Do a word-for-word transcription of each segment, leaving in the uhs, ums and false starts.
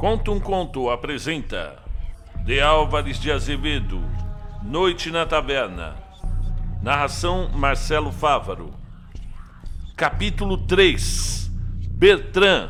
Conta um Conto apresenta de Álvares de Azevedo, Noite na Taverna. Narração Marcelo Fávaro. Capítulo três. Bertrand.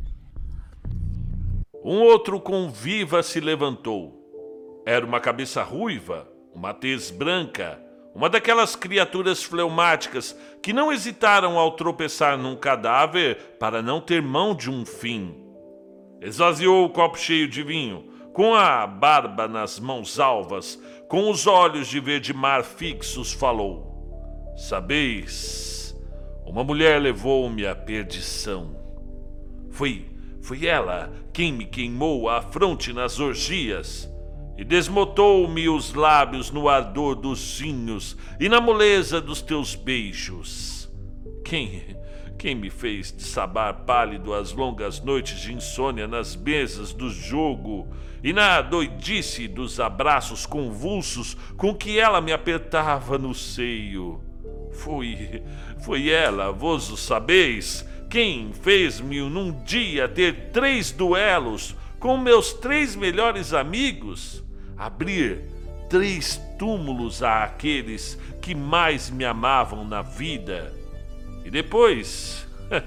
Um outro conviva se levantou. Era uma cabeça ruiva, uma tez branca, uma daquelas criaturas fleumáticas que não hesitaram ao tropeçar num cadáver para não ter mão de um fim. Esvaziou o copo cheio de vinho, com a barba nas mãos alvas, com os olhos de verde mar fixos, falou: Sabeis, uma mulher levou-me à perdição. Foi, foi ela quem me queimou a fronte nas orgias e desmotou-me os lábios no ardor dos vinhos e na moleza dos teus beijos. Quem... Quem me fez desabar pálido as longas noites de insônia nas mesas do jogo e na doidice dos abraços convulsos com que ela me apertava no seio. Foi, foi ela, vós o sabeis, quem fez-me num dia ter três duelos com meus três melhores amigos, abrir três túmulos àqueles que mais me amavam na vida. E depois,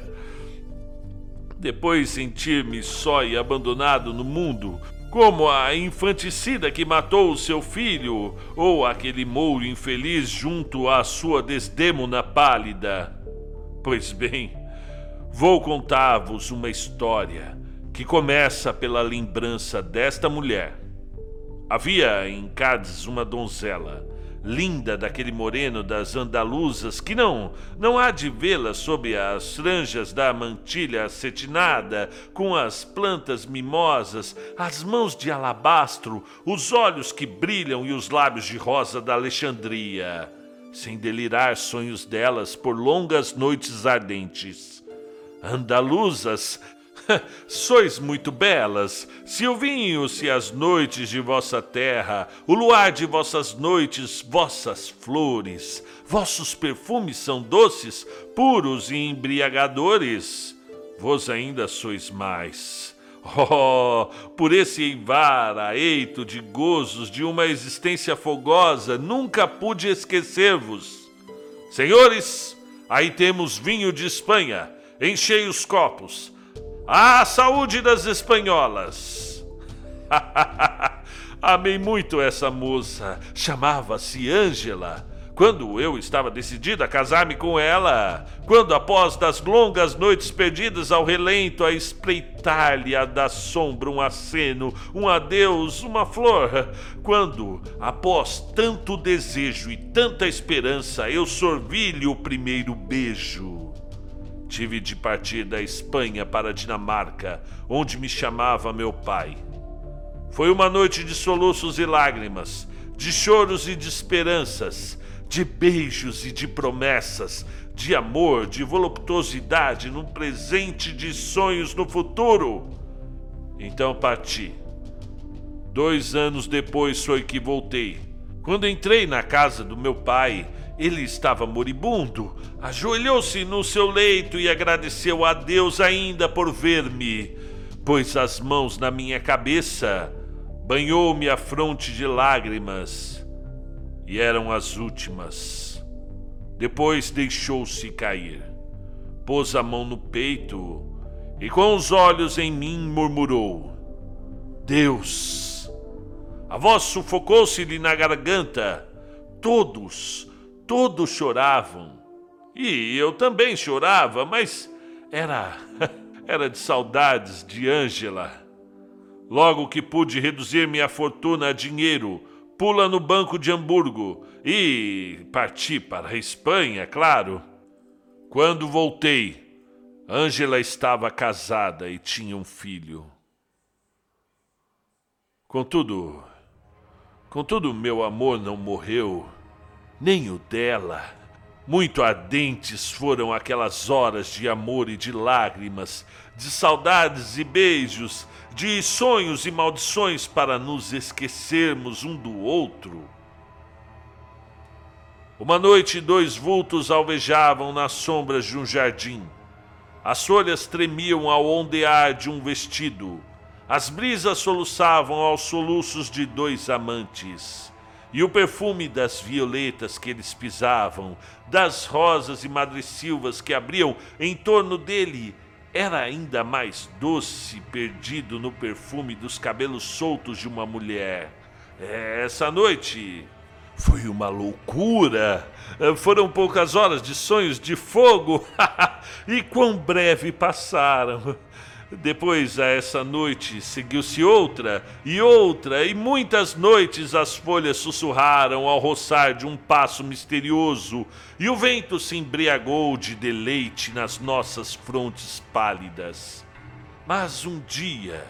depois sentir-me só e abandonado no mundo, como a infanticida que matou o seu filho, ou aquele mouro infeliz junto à sua desdêmona pálida. Pois bem, vou contar-vos uma história que começa pela lembrança desta mulher. Havia em Cádiz uma donzela, linda daquele moreno das andaluzas, que não, não há de vê-la sob as franjas da mantilha acetinada, com as plantas mimosas, as mãos de alabastro, os olhos que brilham e os lábios de rosa da Alexandria, sem delirar sonhos delas por longas noites ardentes. Andaluzas, sois muito belas, se o vinho, se as noites de vossa terra, o luar de vossas noites, vossas flores, vossos perfumes são doces, puros e embriagadores, vós ainda sois mais. Oh, por esse eivar a eito de gozos de uma existência fogosa, nunca pude esquecer-vos. Senhores, aí temos vinho de Espanha, enchei os copos. À saúde das espanholas! Amei muito essa moça, chamava-se Ângela. Quando eu estava decidido a casar-me com ela, quando após das longas noites perdidas ao relento a espreitar-lhe a da sombra um aceno, um adeus, uma flor, quando após tanto desejo e tanta esperança eu sorvi-lhe o primeiro beijo, tive de partir da Espanha para a Dinamarca, onde me chamava meu pai. Foi uma noite de soluços e lágrimas, de choros e de esperanças, de beijos e de promessas, de amor, de voluptuosidade no presente, de sonhos no futuro. Então parti. Dois anos depois foi que voltei. Quando entrei na casa do meu pai, ele estava moribundo, ajoelhou-se no seu leito e agradeceu a Deus ainda por ver-me. Pôs as mãos na minha cabeça, banhou-me a fronte de lágrimas, e eram as últimas. Depois deixou-se cair, pôs a mão no peito e com os olhos em mim murmurou: Deus! A voz sufocou-se-lhe na garganta. Todos Todos choravam, e eu também chorava, mas era, era de saudades de Ângela. Logo que pude reduzir minha fortuna a dinheiro, pula no banco de Hamburgo e parti para a Espanha, claro. Quando voltei, Ângela estava casada e tinha um filho. Contudo, contudo, meu amor não morreu, nem o dela. Muito ardentes foram aquelas horas de amor e de lágrimas, de saudades e beijos, de sonhos e maldições para nos esquecermos um do outro. Uma noite, dois vultos alvejavam nas sombras de um jardim. As folhas tremiam ao ondear de um vestido. As brisas soluçavam aos soluços de dois amantes. E o perfume das violetas que eles pisavam, das rosas e madressilvas que abriam em torno dele, era ainda mais doce, perdido no perfume dos cabelos soltos de uma mulher. Essa noite foi uma loucura. Foram poucas horas de sonhos de fogo. E quão breve passaram. Depois a essa noite seguiu-se outra e outra, e muitas noites as folhas sussurraram ao roçar de um passo misterioso, e o vento se embriagou de deleite nas nossas frontes pálidas. Mas um dia,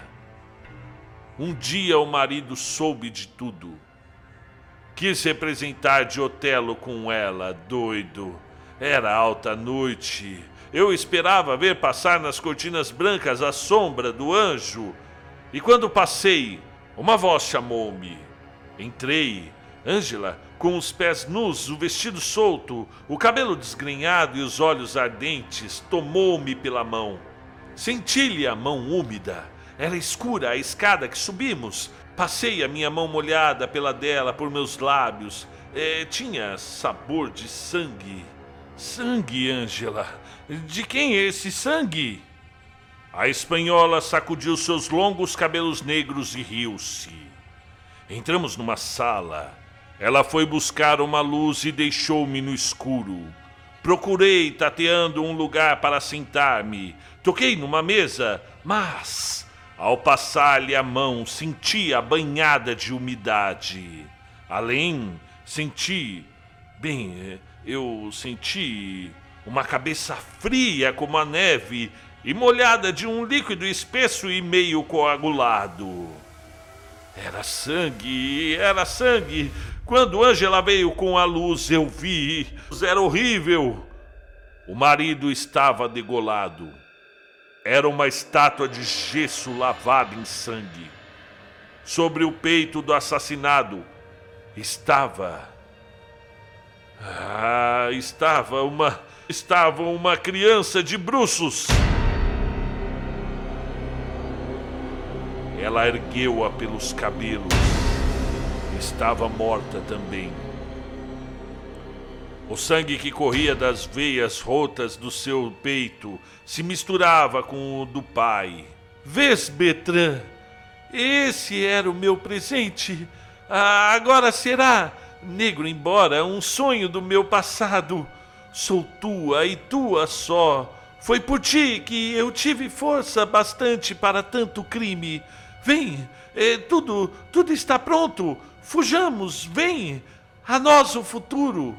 um dia o marido soube de tudo. Quis representar de Otelo com ela, doido. Era alta noite. Eu esperava ver passar nas cortinas brancas a sombra do anjo. E quando passei, uma voz chamou-me. Entrei. Ângela, com os pés nus, o vestido solto, o cabelo desgrenhado e os olhos ardentes, tomou-me pela mão. Senti-lhe a mão úmida. Era escura a escada que subimos. Passei a minha mão molhada pela dela por meus lábios. É, tinha sabor de sangue. Sangue, Ângela. De quem é esse sangue? A espanhola sacudiu seus longos cabelos negros e riu-se. Entramos numa sala. Ela foi buscar uma luz e deixou-me no escuro. Procurei, tateando um lugar para sentar-me. Toquei numa mesa, mas, ao passar-lhe a mão, senti a banhada de umidade. Além, senti... Bem, eu senti uma cabeça fria como a neve e molhada de um líquido espesso e meio coagulado. Era sangue, era sangue. Quando Ângela veio com a luz, eu vi. Era horrível. O marido estava degolado. Era uma estátua de gesso lavada em sangue. Sobre o peito do assassinado estava... Ah, estava uma... Estava uma criança de bruços. Ela ergueu-a pelos cabelos. Estava morta também. O sangue que corria das veias rotas do seu peito se misturava com o do pai. Vês, Bertrand? Esse era o meu presente. Ah, agora será, negro embora, um sonho do meu passado. Sou tua e tua só. Foi por ti que eu tive força bastante para tanto crime. Vem, é, tudo, tudo está pronto. Fujamos, vem. A nós o futuro.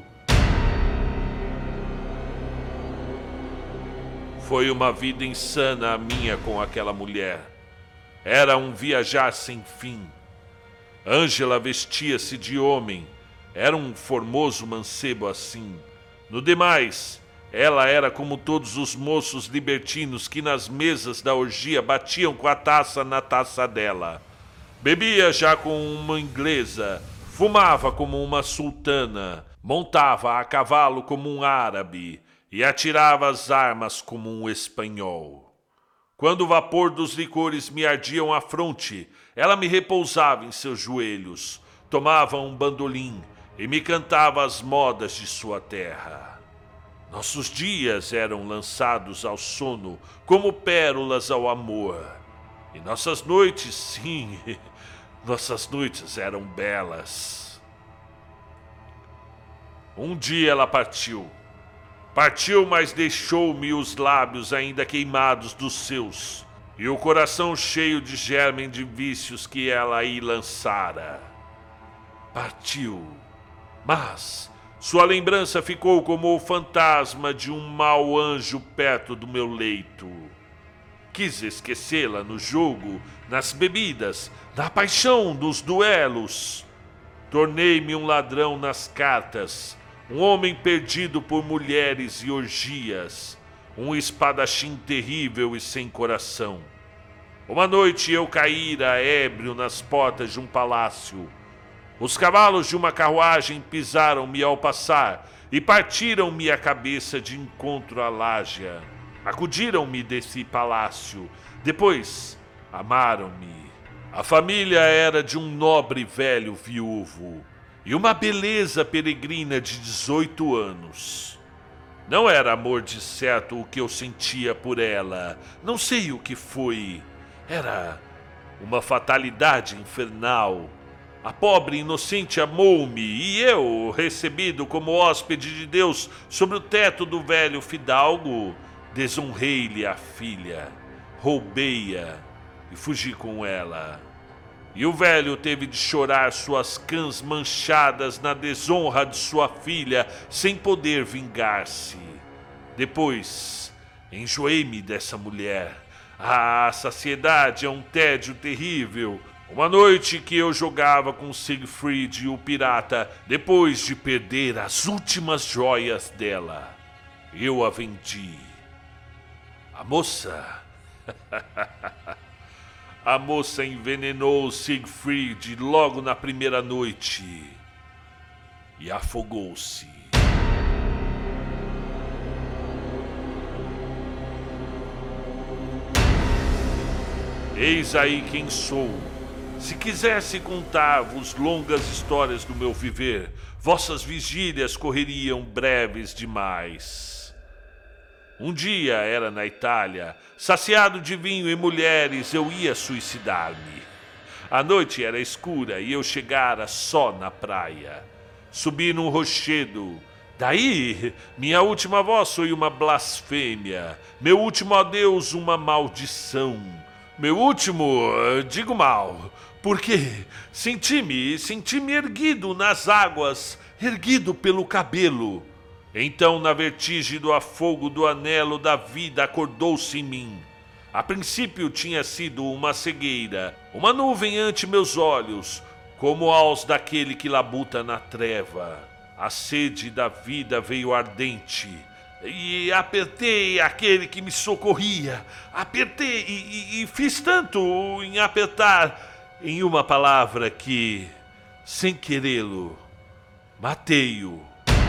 Foi uma vida insana a minha com aquela mulher. Era um viajar sem fim. Ângela vestia-se de homem. Era um formoso mancebo assim. No demais, ela era como todos os moços libertinos que nas mesas da orgia batiam com a taça na taça dela. Bebia já como uma inglesa, fumava como uma sultana, montava a cavalo como um árabe e atirava as armas como um espanhol. Quando o vapor dos licores me ardiam a fronte, ela me repousava em seus joelhos, tomava um bandolim e me cantava as modas de sua terra. Nossos dias eram lançados ao sono como pérolas ao amor. E nossas noites, sim, nossas noites eram belas. Um dia ela partiu. Partiu, mas deixou-me os lábios ainda queimados dos seus e o coração cheio de germen de vícios que ela aí lançara. Partiu. Mas sua lembrança ficou como o fantasma de um mau anjo perto do meu leito. Quis esquecê-la no jogo, nas bebidas, na paixão, nos duelos. Tornei-me um ladrão nas cartas, um homem perdido por mulheres e orgias, um espadachim terrível e sem coração. Uma noite eu caíra ébrio nas portas de um palácio. Os cavalos de uma carruagem pisaram-me ao passar e partiram-me a cabeça de encontro à lágia. Acudiram-me desse palácio. Depois Amaram-me. A família era de um nobre velho viúvo e uma beleza peregrina de dezoito anos. Não era amor de certo o que eu sentia por ela. Não sei o que foi. Era uma fatalidade infernal. A pobre inocente amou-me e eu, recebido como hóspede de Deus sobre o teto do velho fidalgo, desonrei-lhe a filha, roubei-a e fugi com ela. E o velho teve de chorar suas cãs manchadas na desonra de sua filha, sem poder vingar-se. Depois, enjoei-me dessa mulher. Ah, a saciedade é um tédio terrível. Uma noite que eu jogava com Siegfried, o pirata, depois de perder as últimas joias dela, eu a vendi. A moça... A moça envenenou Siegfried logo na primeira noite e afogou-se. Eis aí quem sou. Se quisesse contar-vos longas histórias do meu viver, vossas vigílias correriam breves demais. Um dia era na Itália, saciado de vinho e mulheres, eu ia suicidar-me. A noite era escura e eu chegara só na praia. Subi num rochedo. Daí, minha última voz foi uma blasfêmia. Meu último adeus, uma maldição. Meu último, digo mal, porque senti-me, senti-me erguido nas águas, erguido pelo cabelo. Então, na vertigem do afogo do anelo da vida, acordou-se em mim. A princípio tinha sido uma cegueira, uma nuvem ante meus olhos, como aos daquele que labuta na treva. A sede da vida veio ardente, e apertei aquele que me socorria. Apertei e, e, e fiz tanto em apertar, em uma palavra que, sem querê-lo, matei-o.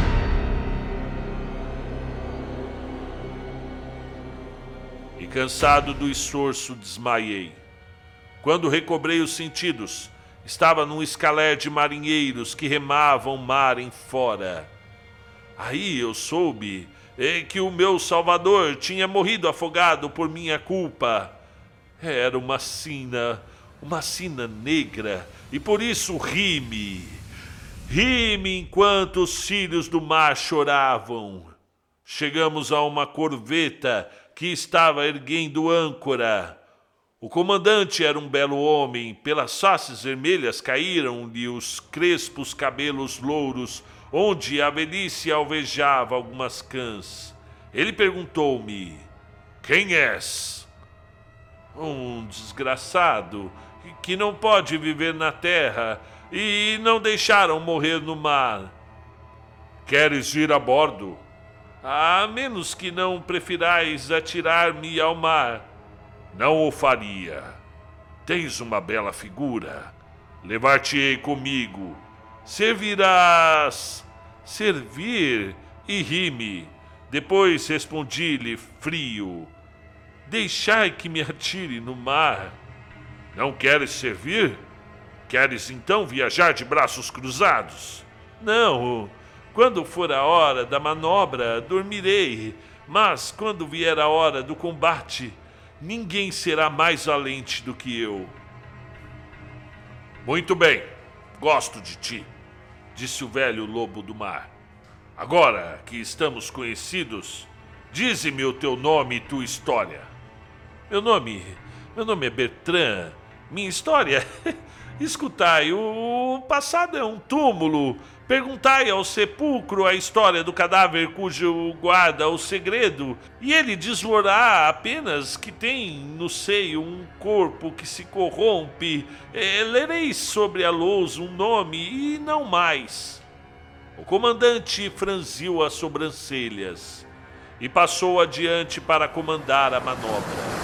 E cansado do esforço, desmaiei. Quando recobrei os sentidos, estava num escaler de marinheiros que remavam mar em fora. Aí eu soube eh, que o meu salvador tinha morrido afogado por minha culpa. Era uma sina, uma sina negra, e por isso ri-me. Ri-me enquanto os filhos do mar choravam. Chegamos a uma corveta que estava erguendo âncora. O comandante era um belo homem, pelas faces vermelhas caíram-lhe os crespos cabelos louros, onde a velhice alvejava algumas cãs. Ele perguntou-me: "Quem és?" "Um desgraçado que não pode viver na terra e não deixaram morrer no mar." "Queres ir a bordo?" "A menos que não prefirais atirar-me ao mar." "Não o faria. Tens uma bela figura. Levar-te-ei comigo. Servirás." "Servir?" E ri-me. Depois respondi-lhe frio: "Deixai que me atire no mar." "Não queres servir? Queres então viajar de braços cruzados?" "Não. Quando for a hora da manobra, dormirei, mas quando vier a hora do combate, ninguém será mais valente do que eu." "Muito bem, gosto de ti", disse o velho lobo do mar. "Agora que estamos conhecidos, dize-me o teu nome e tua história." Meu nome, meu nome é Bertrand. Minha história... Escutai, o passado é um túmulo. Perguntai ao sepulcro a história do cadáver cujo guarda o segredo, e ele diz-vos-á apenas que tem no seio um corpo que se corrompe. É, lereis sobre a lousa um nome e não mais. O comandante franziu as sobrancelhas e passou adiante para comandar a manobra.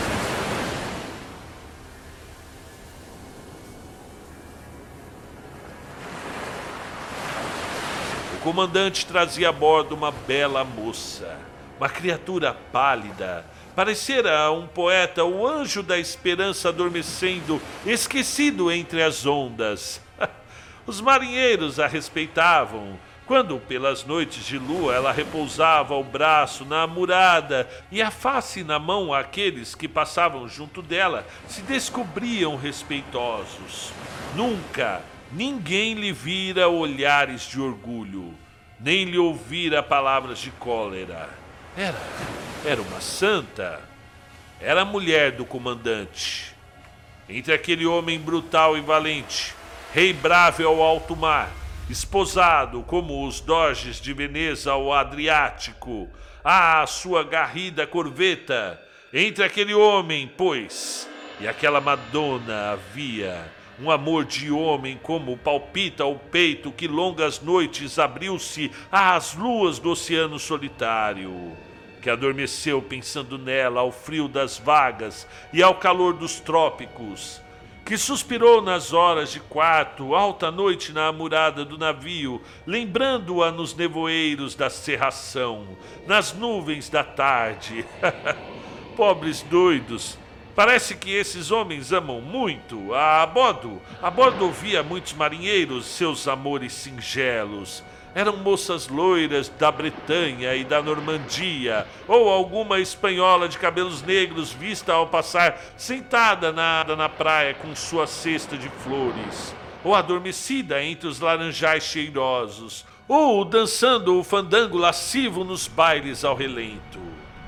O comandante trazia a bordo uma bela moça, uma criatura pálida, Parecera um poeta, o anjo da esperança adormecendo, esquecido entre as ondas. Os marinheiros a respeitavam. Quando, pelas noites de lua, ela repousava o braço na murada e a face na mão àqueles que passavam junto dela, se descobriam respeitosos. Nunca ninguém lhe vira olhares de orgulho, nem lhe ouvira palavras de cólera. Era, era uma santa. Era a mulher do comandante. Entre aquele homem brutal e valente, rei bravo ao alto mar, esposado como os doges de Veneza ao Adriático, à sua garrida corveta, entre aquele homem, pois, e aquela Madonna havia um amor de homem como palpita o peito que longas noites abriu-se às luas do oceano solitário, que adormeceu pensando nela ao frio das vagas e ao calor dos trópicos, que suspirou nas horas de quarto, alta noite na amurada do navio, lembrando-a nos nevoeiros da cerração, nas nuvens da tarde. Pobres doidos! Parece que esses homens amam muito. A bordo, a bordo ouvia muitos marinheiros seus amores singelos. Eram moças loiras da Bretanha e da Normandia, ou alguma espanhola de cabelos negros vista ao passar sentada na, na praia com sua cesta de flores, ou adormecida entre os laranjais cheirosos, ou dançando o fandango lascivo nos bailes ao relento.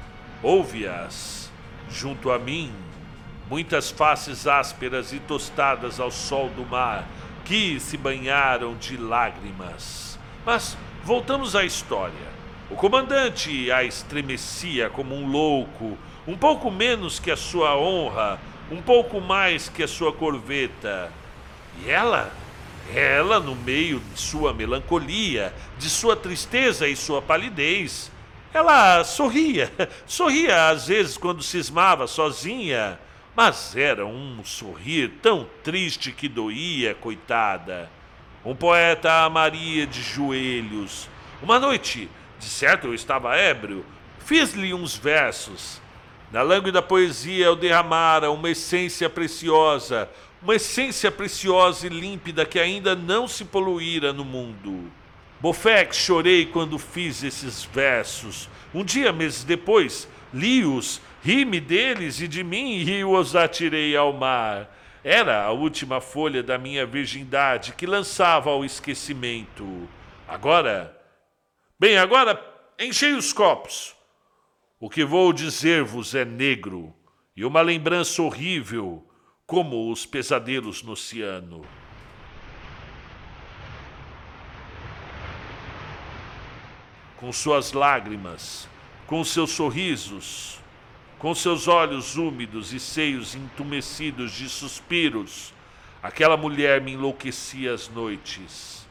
Ouve-as, junto a mim, muitas faces ásperas e tostadas ao sol do mar, que se banharam de lágrimas. Mas voltamos à história. O comandante a estremecia como um louco, um pouco menos que a sua honra, um pouco mais que a sua corveta. E ela? Ela, no meio de sua melancolia, de sua tristeza e sua palidez, ela sorria, sorria às vezes quando cismava sozinha, mas era um sorrir tão triste que doía, coitada. Um poeta a amaria de joelhos. Uma noite, de certo eu estava ébrio, fiz-lhe uns versos. Na lânguida poesia eu derramara uma essência preciosa, uma essência preciosa e límpida que ainda não se poluíra no mundo. Bofex chorei quando fiz esses versos. Um dia, meses depois, li-os, ri-me deles e de mim e os atirei ao mar. Era a última folha da minha virgindade que lançava ao esquecimento. Agora, bem, agora enchei os copos. O que vou dizer-vos é negro e uma lembrança horrível, como os pesadelos no oceano. Com suas lágrimas, com seus sorrisos, com seus olhos úmidos e seios entumecidos de suspiros, aquela mulher me enlouquecia às noites.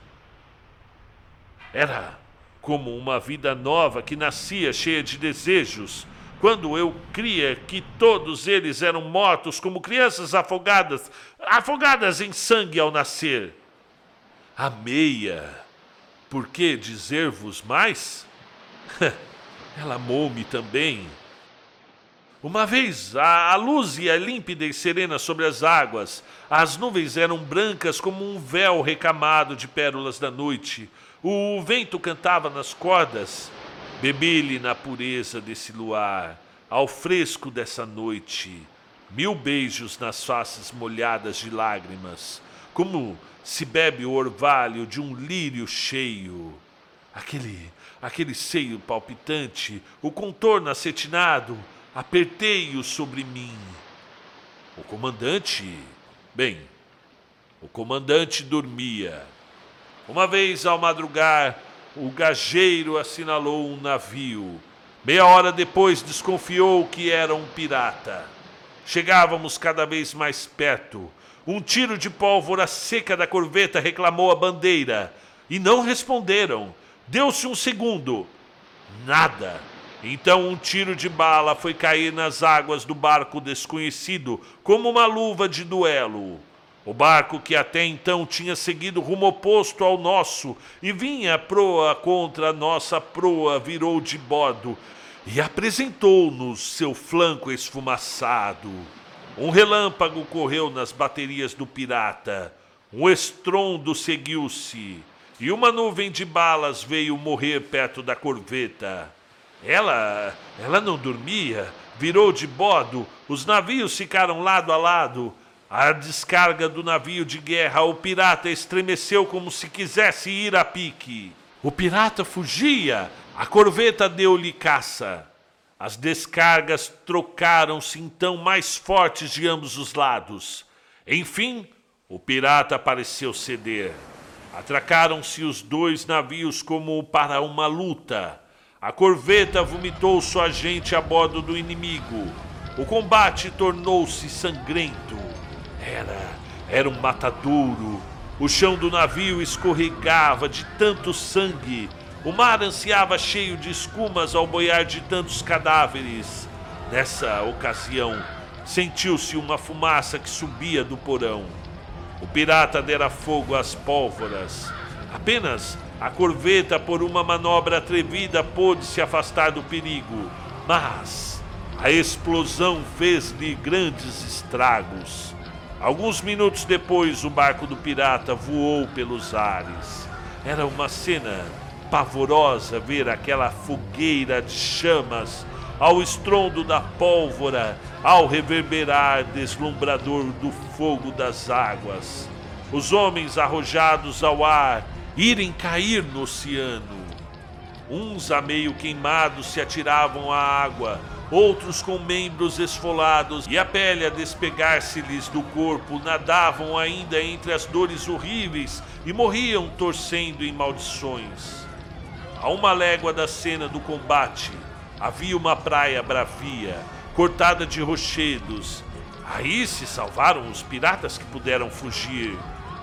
Era como uma vida nova que nascia cheia de desejos, quando eu cria que todos eles eram mortos como crianças afogadas, afogadas em sangue ao nascer. Amei-a. Por que dizer-vos mais? Ela amou-me também. Uma vez, a, a luz ia límpida e serena sobre as águas. As nuvens eram brancas como um véu recamado de pérolas da noite. O vento cantava nas cordas. Bebi-lhe na pureza desse luar, ao fresco dessa noite. Mil beijos nas faces molhadas de lágrimas, como se bebe o orvalho de um lírio cheio. Aquele, aquele seio palpitante, o contorno acetinado, apertei-o sobre mim. O comandante... Bem, o comandante dormia. Uma vez ao madrugar, o gageiro assinalou um navio. Meia hora depois desconfiou que era um pirata. Chegávamos cada vez mais perto. Um tiro de pólvora seca da corveta reclamou a bandeira. E não responderam. Deu-se um segundo. Nada. Então um tiro de bala foi cair nas águas do barco desconhecido como uma luva de duelo. O barco que até então tinha seguido rumo oposto ao nosso e vinha a proa contra a nossa proa virou de bordo e apresentou-nos seu flanco esfumaçado. Um relâmpago correu nas baterias do pirata, um estrondo seguiu-se, e uma nuvem de balas veio morrer perto da corveta. Ela, ela não dormia, virou de bordo, os navios ficaram lado a lado. À descarga do navio de guerra, o pirata estremeceu como se quisesse ir a pique. O pirata fugia, a corveta deu-lhe caça. As descargas trocaram-se então mais fortes de ambos os lados. Enfim, o pirata pareceu ceder. Atracaram-se os dois navios como para uma luta. A corveta vomitou sua gente a bordo do inimigo. O combate tornou-se sangrento. Era, era um matadouro. O chão do navio escorregava de tanto sangue. O mar ansiava cheio de escumas ao boiar de tantos cadáveres. Nessa ocasião, sentiu-se uma fumaça que subia do porão. O pirata dera fogo às pólvoras. Apenas a corveta, por uma manobra atrevida, pôde se afastar do perigo. Mas a explosão fez-lhe grandes estragos. Alguns minutos depois, o barco do pirata voou pelos ares. Era uma cena pavorosa ver aquela fogueira de chamas, ao estrondo da pólvora, ao reverberar deslumbrador do fogo das águas. Os homens arrojados ao ar, irem cair no oceano. Uns a meio queimados se atiravam à água, outros com membros esfolados e a pele a despegar-se-lhes do corpo nadavam ainda entre as dores horríveis e morriam torcendo em maldições. A uma légua da cena do combate havia uma praia bravia, cortada de rochedos. Aí se salvaram os piratas que puderam fugir.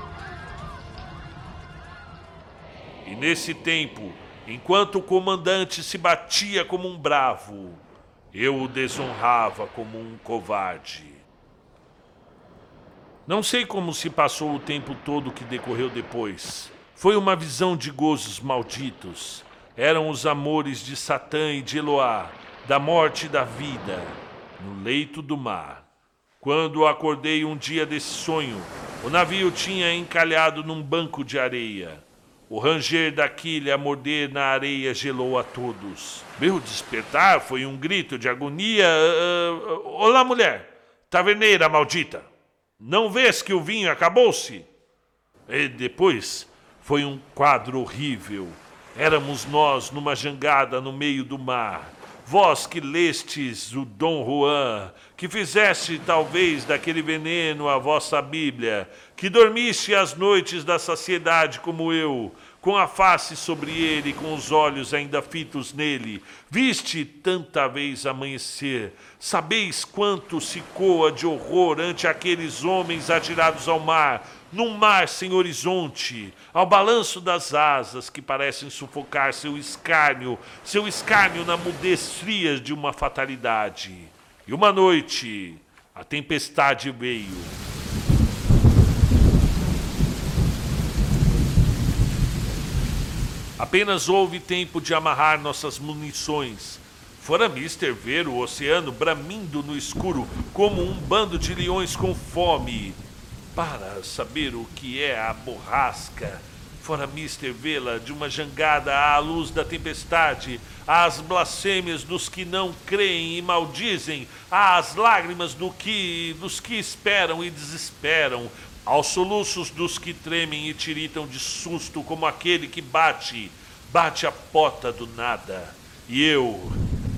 E nesse tempo, enquanto o comandante se batia como um bravo, eu o desonrava como um covarde. Não sei como se passou o tempo todo que decorreu depois. Foi uma visão de gozos malditos. Eram os amores de Satã e de Eloá, da morte e da vida, no leito do mar. Quando acordei um dia desse sonho, o navio tinha encalhado num banco de areia. O ranger da quilha a morder na areia gelou a todos. Meu despertar foi um grito de agonia. Uh, uh, Olá, mulher! Taverneira maldita! Não vês que o vinho acabou-se? E depois foi um quadro horrível. Éramos nós numa jangada no meio do mar. Vós que lestes o Dom Juan, que fizeste talvez daquele veneno a vossa Bíblia, que dormiste as noites da saciedade como eu, com a face sobre ele, com os olhos ainda fitos nele, viste tanta vez amanhecer, sabeis quanto se coa de horror ante aqueles homens atirados ao mar, num mar sem horizonte, ao balanço das asas que parecem sufocar seu escárnio, seu escárnio na mudez fria de uma fatalidade. E uma noite, a tempestade veio. Apenas houve tempo de amarrar nossas munições. Fora mister ver o oceano bramindo no escuro como um bando de leões com fome. Para saber o que é a borrasca, fora mister vê-la de uma jangada à luz da tempestade, às blasfêmias dos que não creem e maldizem, às lágrimas do que, dos que esperam e desesperam, aos soluços dos que tremem e tiritam de susto como aquele que bate, bate a porta do nada. E eu...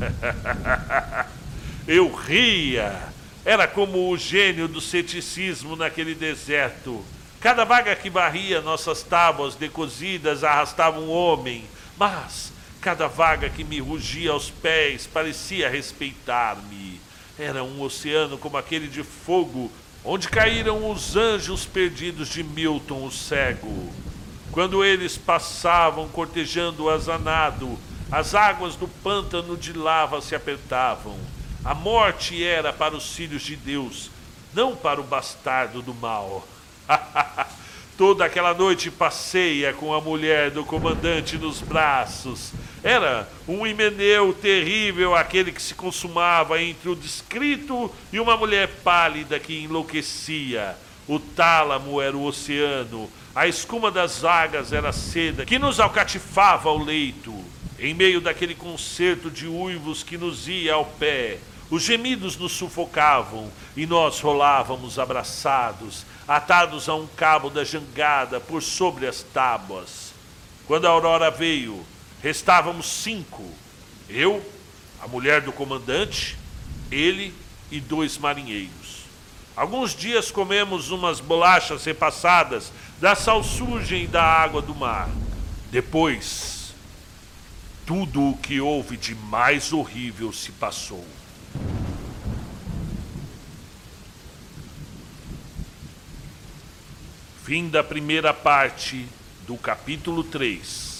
eu ria... Era como o gênio do ceticismo naquele deserto. Cada vaga que varria nossas tábuas decozidas arrastava um homem, mas cada vaga que me rugia aos pés parecia respeitar-me. Era um oceano como aquele de fogo, onde caíram os anjos perdidos de Milton o cego. Quando eles passavam cortejando-as a nado, as águas do pântano de lava se apertavam. A morte era para os filhos de Deus, não para o bastardo do mal. Toda aquela noite passeia com a mulher do comandante nos braços. Era um himeneu terrível, aquele que se consumava entre o descrito e uma mulher pálida que enlouquecia. O tálamo era o oceano, a escuma das vagas era a seda que nos alcatifava ao leito. Em meio daquele concerto de uivos que nos ia ao pé, os gemidos nos sufocavam e nós rolávamos abraçados, atados a um cabo da jangada por sobre as tábuas. Quando a aurora veio, restávamos cinco. Eu, a mulher do comandante, ele e dois marinheiros. Alguns dias comemos umas bolachas repassadas da salsugem da água do mar. Depois, tudo o que houve de mais horrível se passou. Fim da primeira parte do capítulo três.